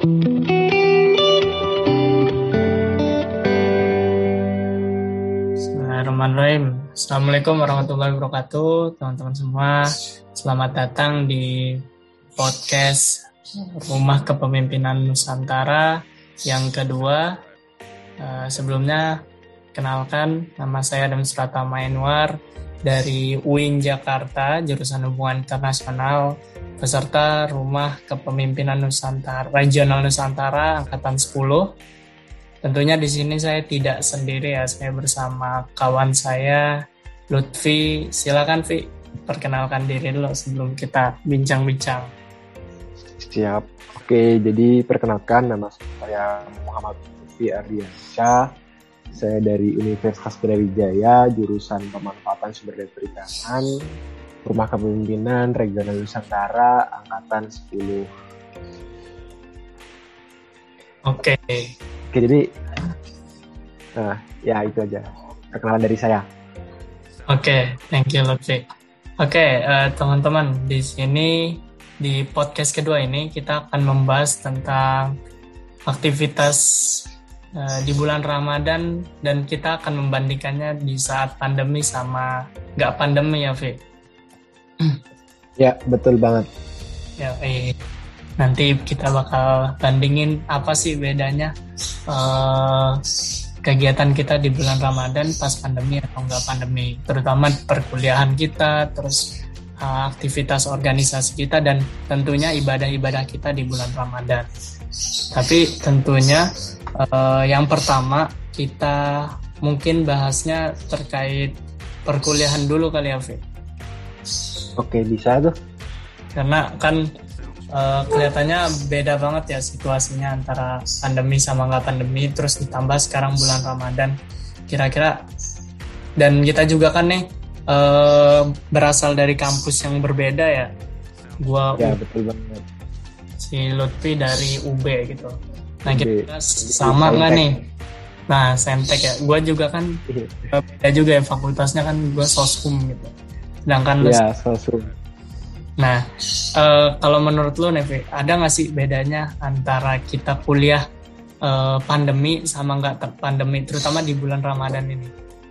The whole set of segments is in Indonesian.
Bismillahirrahmanirrahim. Assalamualaikum warahmatullahi wabarakatuh, teman-teman semua. Selamat datang di podcast Rumah Kepemimpinan Nusantara yang kedua. Sebelumnya, kenalkan, nama saya Adam Pratama Enwar dari UIN Jakarta, jurusan Hubungan Internasional, peserta Rumah Kepemimpinan Nusantara, Regional Nusantara Angkatan 10. Tentunya di sini saya tidak sendiri ya, saya bersama kawan saya Lutfi. Silakan Vi, perkenalkan diri dulu sebelum kita bincang-bincang. Siap. Oke, jadi perkenalkan, nama saya Muhammad Lutfi Ardiansyah. Saya dari Universitas Brawijaya, jurusan Pemanfaatan Sumber Daya Perikanan, Rumah Kepemimpinan Regional Nusantara Angkatan 10. Oke, jadi ya itu aja perkenalan dari saya. Oke, thank you Lutfi. Oke, teman-teman, di sini di podcast kedua ini kita akan membahas tentang aktivitas di bulan Ramadan, dan kita akan membandingkannya di saat pandemi sama nggak pandemi ya, Vi? Ya, betul banget. Ya, nanti kita bakal bandingin apa sih bedanya kegiatan kita di bulan Ramadan pas pandemi atau nggak pandemi, terutama perkuliahan kita, terus aktivitas organisasi kita, dan tentunya ibadah-ibadah kita di bulan Ramadan. Tapi tentunya yang pertama kita mungkin bahasnya terkait perkuliahan dulu kali ya, Vi. Oke, bisa tuh. Karena kan kelihatannya beda banget ya situasinya antara pandemi sama nggak pandemi, terus ditambah sekarang bulan Ramadan. Kira-kira, dan kita juga kan nih berasal dari kampus yang berbeda ya. Gua ya, betul banget. Si Lutfi dari UB gitu. Nah, kita sama nggak nih? Nah, Saintek ya. Gue juga kan beda juga ya, fakultasnya kan gue Soshum gitu. Sedangkan Soshum. Nah, kalau menurut lo nih, ada nggak sih bedanya antara kita kuliah pandemi sama nggak pandemi, terutama di bulan Ramadan ini?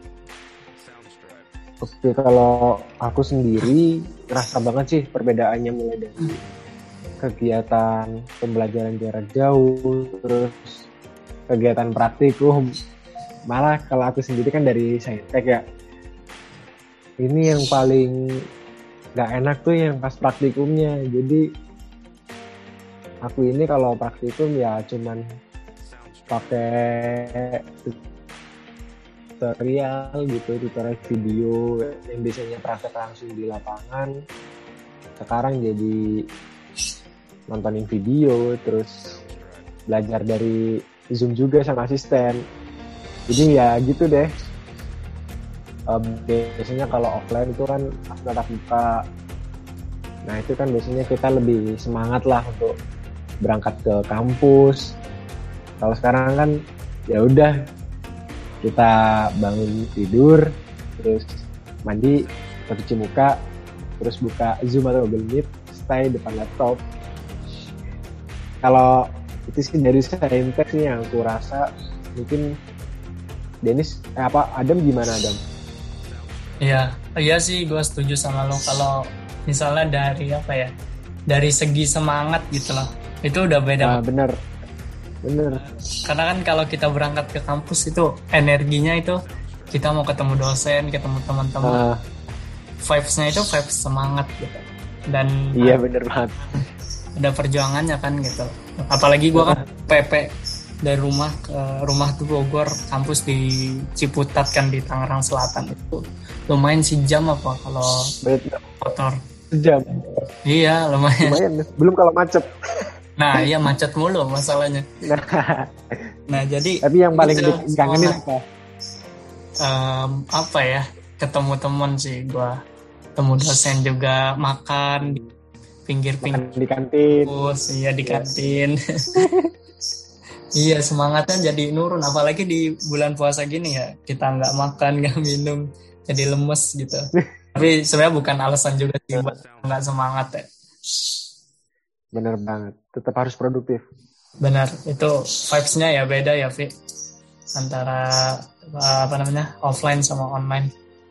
Oke, kalau aku sendiri ngerasa banget sih perbedaannya, mulai dari kegiatan pembelajaran jarak jauh, terus kegiatan praktikum. Malah kalau aku sendiri kan dari Saintek ya, ini yang paling gak enak tuh yang pas praktikumnya. Jadi aku ini kalau praktikum ya cuman pakai tutorial gitu, tutorial video yang biasanya praktek langsung di lapangan, sekarang jadi nontonin video, terus belajar dari Zoom juga sama asisten. Jadi ya gitu deh. Biasanya kalau offline itu kan tatap muka. Nah itu kan biasanya kita lebih semangat lah untuk berangkat ke kampus. Kalau sekarang kan ya udah, kita bangun tidur, terus mandi, cuci muka, terus buka Zoom atau Google Meet, stay depan laptop. Kalau itu sih dari Saintek sih yang aku rasa. Mungkin Dennis, Adam gimana, Adam? Iya sih, gue setuju sama lo. Kalau misalnya dari segi semangat gitu loh, itu udah beda. Bener. Karena kan kalau kita berangkat ke kampus itu energinya itu kita mau ketemu dosen, ketemu teman-teman, vibes-nya itu vibes semangat gitu. Dan iya bener banget. Ada perjuangannya kan gitu. Apalagi gue kan PP dari rumah ke rumah tuh Bogor, kampus di Ciputat kan di Tangerang Selatan, itu lumayan sejam apa kalau motor. Sejam. Iya lumayan. Belum kalau macet. Nah iya, macet mulu masalahnya. Nah jadi. Tapi yang paling dikangenin apa ya? Ketemu teman sih gue. Ketemu dosen juga, makan di pinggir-pinggir di kantin. Iya di kantin. Iya, semangatnya jadi nurun, apalagi di bulan puasa gini ya, kita nggak makan, nggak minum, jadi lemes gitu. Tapi sebenarnya bukan alasan juga sih buat nggak semangat ya. Bener banget, tetap harus produktif. benar. Itu vibes-nya ya beda ya, Vi, antara offline sama online.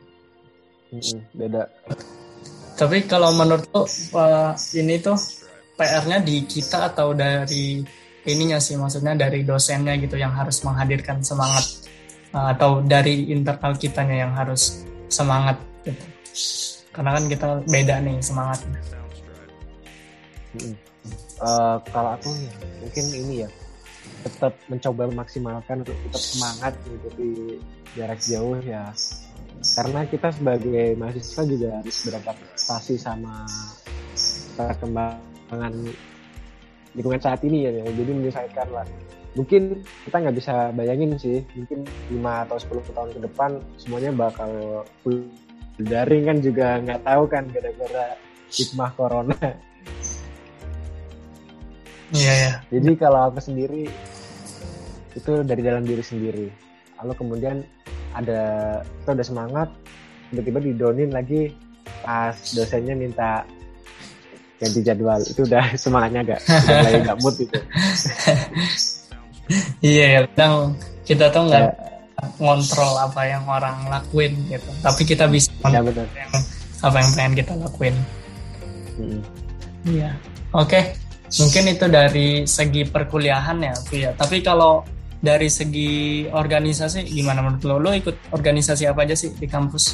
Beda. Tapi kalau menurut lo ini tuh PR-nya di kita atau dari ininya sih, maksudnya dari dosennya gitu yang harus menghadirkan semangat, atau dari internal kitanya yang harus semangat gitu. Karena kan kita beda nih semangatnya. Kalau aku ya, mungkin ini ya, tetap mencoba memaksimalkan untuk tetap semangat mengikuti jarak jauh ya. Karena kita sebagai mahasiswa juga harus beradaptasi sama perkembangan lingkungan saat ini ya. Jadi menyesuaikan lah. Mungkin kita nggak bisa bayangin sih, mungkin 5 atau 10 tahun ke depan semuanya bakal full daring kan, juga nggak tahu kan gara-gara hikmah corona. Iya ya. Jadi kalau aku sendiri itu dari dalam diri sendiri. Lalu kemudian kita udah semangat, tiba-tiba didownin lagi pas dosennya minta ganti jadwal. Itu udah semangatnya udah mulai nggak mood itu. Iya ya, kadang kita tuh nggak ngontrol apa yang orang lakuin gitu, tapi kita bisa ngontrol apa yang pengen kita lakuin. Iya, oke. Mungkin itu dari segi perkuliahan ya, Via. Tapi kalau dari segi organisasi gimana menurut lo? Lo ikut organisasi apa aja sih di kampus?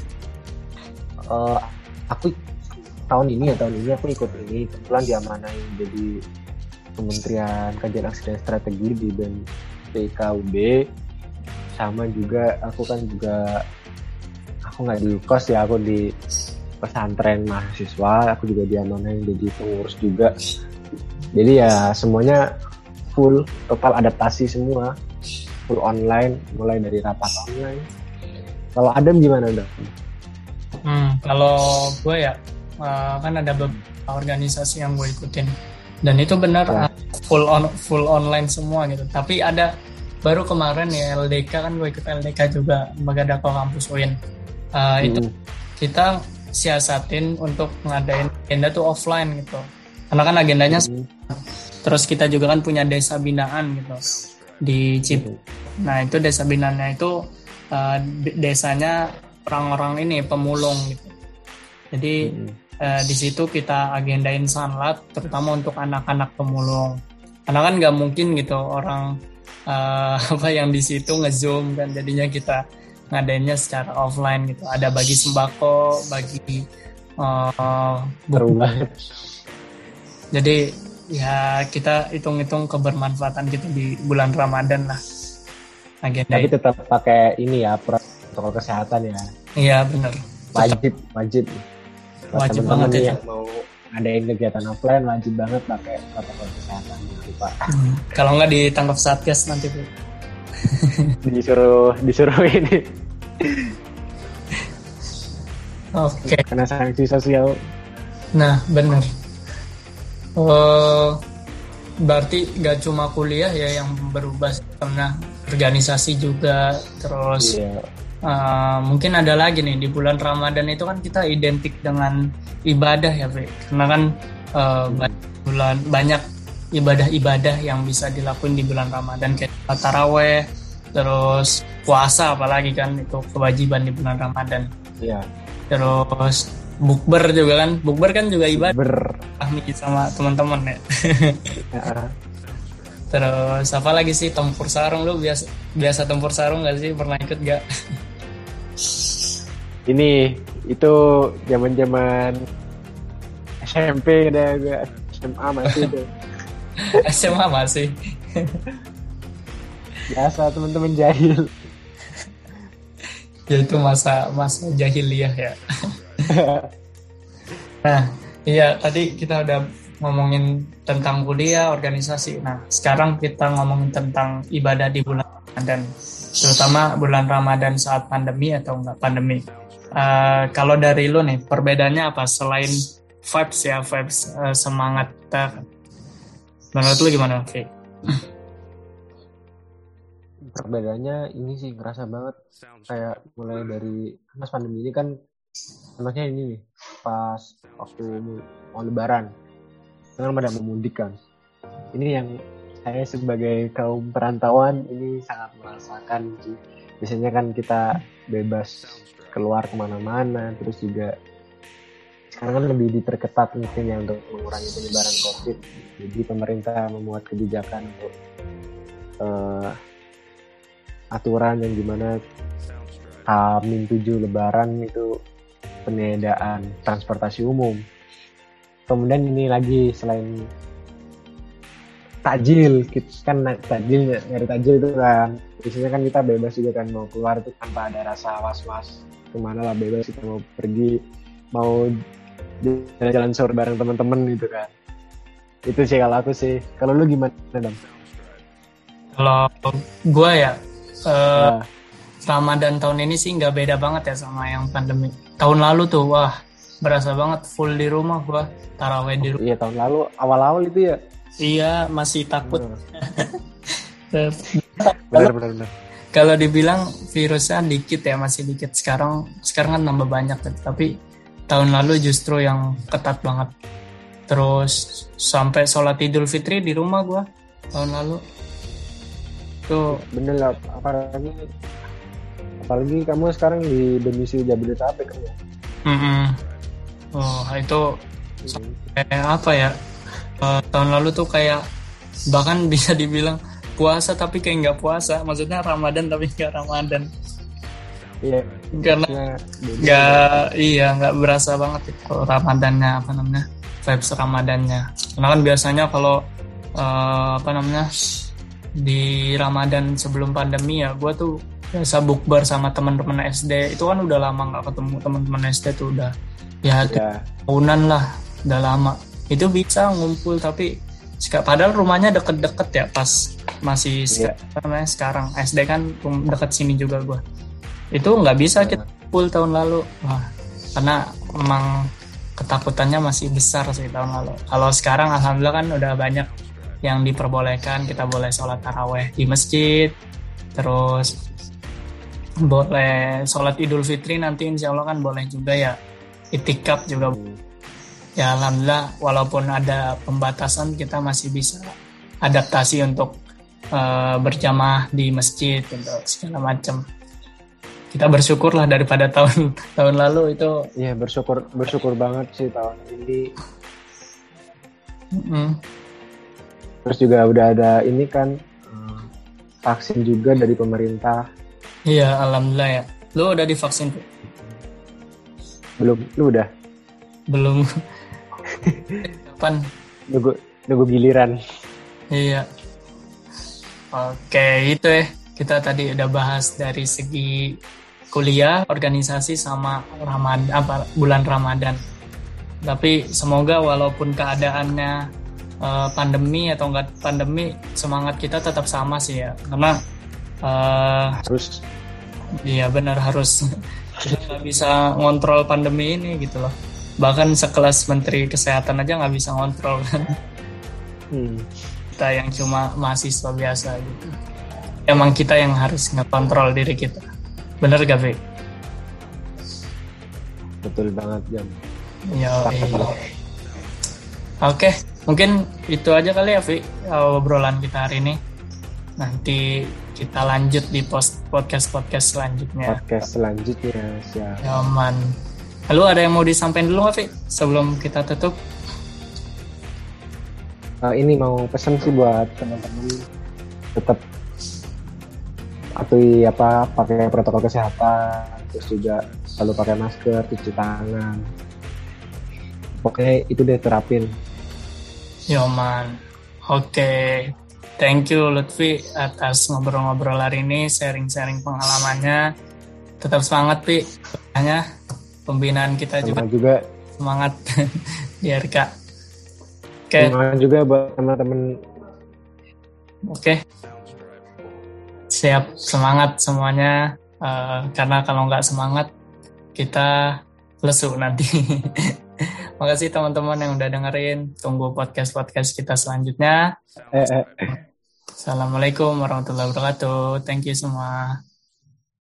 Aku tahun ini aku ikut ini, kebetulan diamanain jadi Kementerian Kajian Aksi dan Strategi di BEM PKUB. Sama juga aku nggak di kos ya, aku di pesantren mahasiswa, aku juga diamanain jadi pengurus juga. Jadi ya semuanya full total adaptasi semua, full online, mulai dari rapat online. Kalau Adam gimana Adam? Kalau gue ya kan ada beberapa organisasi yang gue ikutin dan itu benar full online semua gitu. Tapi ada baru kemarin ya LDK, kan gue ikut LDK juga, Lembaga Dakwah Kampus UIN. Itu kita siasatin untuk ngadain agenda tuh offline gitu. Karena kan agendanya terus kita juga kan punya desa binaan gitu di Cip. Nah itu desa binaannya itu desanya orang-orang ini pemulung gitu. Jadi di situ kita agendain sanlat terutama untuk anak-anak pemulung. Karena kan nggak mungkin gitu orang yang di situ nge-zoom kan, jadinya kita ngadainnya secara offline gitu. Ada bagi sembako, bagi buku. Jadi ya kita hitung-hitung kebermanfaatan kita di bulan Ramadan lah. Agenda. Tapi tetap pakai ini ya, protokol kesehatan ya. Iya benar. Wajib. Wajib banget ya. Yang mau ngadain kegiatan offline wajib banget pakai protokol kesehatan gitu Pak. Kalau nggak ditangkap Satgas nanti Bu. disuruh ini. Oke. Kena sanksi sosial. Nah benar. Berarti nggak cuma kuliah ya yang berubah, karena organisasi juga terus. Mungkin ada lagi nih di bulan Ramadan itu kan kita identik dengan ibadah ya, Bre. Karena kan banyak ibadah-ibadah yang bisa dilakuin di bulan Ramadan kayak taraweh, terus puasa apalagi kan itu kewajiban di bulan Ramadan. Iya. Terus bukber juga kan, bukber kan juga ibadah. Ahmi sama teman-teman ya. Terus apa lagi sih, tempur sarung, lu biasa tempur sarung nggak sih, pernah ikut nggak? Ini itu zaman SMP udah gue, SMA masih tuh. SMA masih. Biasa teman-teman jahil. Ya itu masa jahiliyah ya. Nah, iya tadi kita udah ngomongin tentang kuliah, organisasi. Nah, sekarang kita ngomongin tentang ibadah di bulan Ramadan, terutama bulan Ramadan saat pandemi atau enggak pandemi. Kalau dari lu nih, perbedaannya apa selain vibes semangat kita? Menurut lu gimana, Oke? Perbedaannya ini sih ngerasa banget, kayak mulai dari pas pandemi ini kan, contohnya ini nih, pas waktu mau lebaran kan pada memudik kan, ini yang saya sebagai kaum perantauan ini sangat merasakan sih. Biasanya kan kita bebas keluar kemana-mana, terus juga sekarang kan lebih diperketat mungkin ya untuk mengurangi penyebaran COVID. Jadi pemerintah membuat kebijakan untuk aturan yang dimana H-7 Lebaran itu peniadaan transportasi umum. Kemudian ini lagi selain takjil, kita kan takjil, nyari takjil itu kan biasanya kan kita bebas juga kan mau keluar itu tanpa ada rasa was-was kemana lah, bebas kita mau pergi, mau jalan-jalan sahur bareng teman-teman gitu kan. Itu sih kalau aku sih. Kalau lu gimana, Dam? Kalau gue ya, Ramadan tahun ini sih nggak beda banget ya sama yang pandemi. Tahun lalu tuh, wah berasa banget full di rumah gue, taraweh di rumah. Iya, tahun lalu awal-awal itu ya. Iya, masih takut. Benar. Kalau dibilang virusnya dikit ya, masih dikit. Sekarang kan nambah banyak, tapi tahun lalu justru yang ketat banget. Terus sampai sholat Idul Fitri di rumah gue tahun lalu. Tuh bener lah, apalagi kamu sekarang di domisili Jabodetabek kan ya. Oh itu apa ya? Tahun lalu tuh kayak bahkan bisa dibilang puasa tapi kayak nggak puasa, maksudnya Ramadan tapi nggak Ramadan. Iya. Karena nggak berasa banget itu Ramadannya, apa namanya, vibes Ramadannya. Karena kan biasanya kalau di Ramadan sebelum pandemi ya, gue tuh biasa bukber sama teman-teman SD. Itu kan udah lama nggak ketemu teman-teman SD tuh, udah ya tahunan lah, udah lama. Itu bisa ngumpul tapi padahal rumahnya deket-deket ya pas masih sekarang SD kan deket sini juga gue. Itu nggak bisa kita full tahun lalu. Wah, karena memang ketakutannya masih besar sih tahun lalu. Kalau sekarang alhamdulillah kan udah banyak yang diperbolehkan, kita boleh sholat taraweh di masjid, terus boleh sholat Idul Fitri nanti insya Allah kan boleh juga ya, itikaf juga. Ya alhamdulillah walaupun ada pembatasan kita masih bisa adaptasi untuk berjamaah di masjid untuk segala macam. Kita bersyukur lah daripada tahun lalu itu. Iya, bersyukur banget sih tahun ini. Terus juga udah ada ini kan vaksin juga dari pemerintah. Iya, alhamdulillah ya. Lu udah divaksin tuh? Belum, lu udah? Belum. Kapan? Nunggu giliran. Iya. Oke, itu ya. Kita tadi udah bahas dari segi kuliah, organisasi sama bulan Ramadan. Tapi semoga walaupun keadaannya pandemi atau enggak pandemi, semangat kita tetap sama sih ya. Karena harus. Iya benar, harus. Kita nggak bisa ngontrol pandemi ini gitu loh. Bahkan sekelas Menteri Kesehatan aja nggak bisa ngontrol kan. Kita yang cuma mahasiswa biasa gitu. Emang kita yang harus ngekontrol diri kita. Bener gak, Vi? Betul banget, Jam. Iya. Oke, mungkin itu aja kali ya, Vi, obrolan kita hari ini. Nanti kita lanjut di podcast selanjutnya. Siap. Aman. Lalu ada yang mau disampaikan dulu nggak, Vi? Sebelum kita tutup. Ini mau pesan sih buat teman-teman, tetap patuhi pakai protokol kesehatan, terus juga selalu pakai masker, cuci tangan. Pokoknya itu deh terapin. Yoman. Oke. Thank you Lutfi atas ngobrol-ngobrol hari ini, sharing-sharing pengalamannya. Tetap semangat, Pi. Hanya pembinaan kita juga semangat di RK. Oke. Semangat juga buat teman-teman. Oke. Siap, semangat semuanya. Karena kalau nggak semangat, kita lesu nanti. Makasih teman-teman yang udah dengerin. Tunggu podcast kita selanjutnya. Assalamualaikum warahmatullahi wabarakatuh. Thank you semua.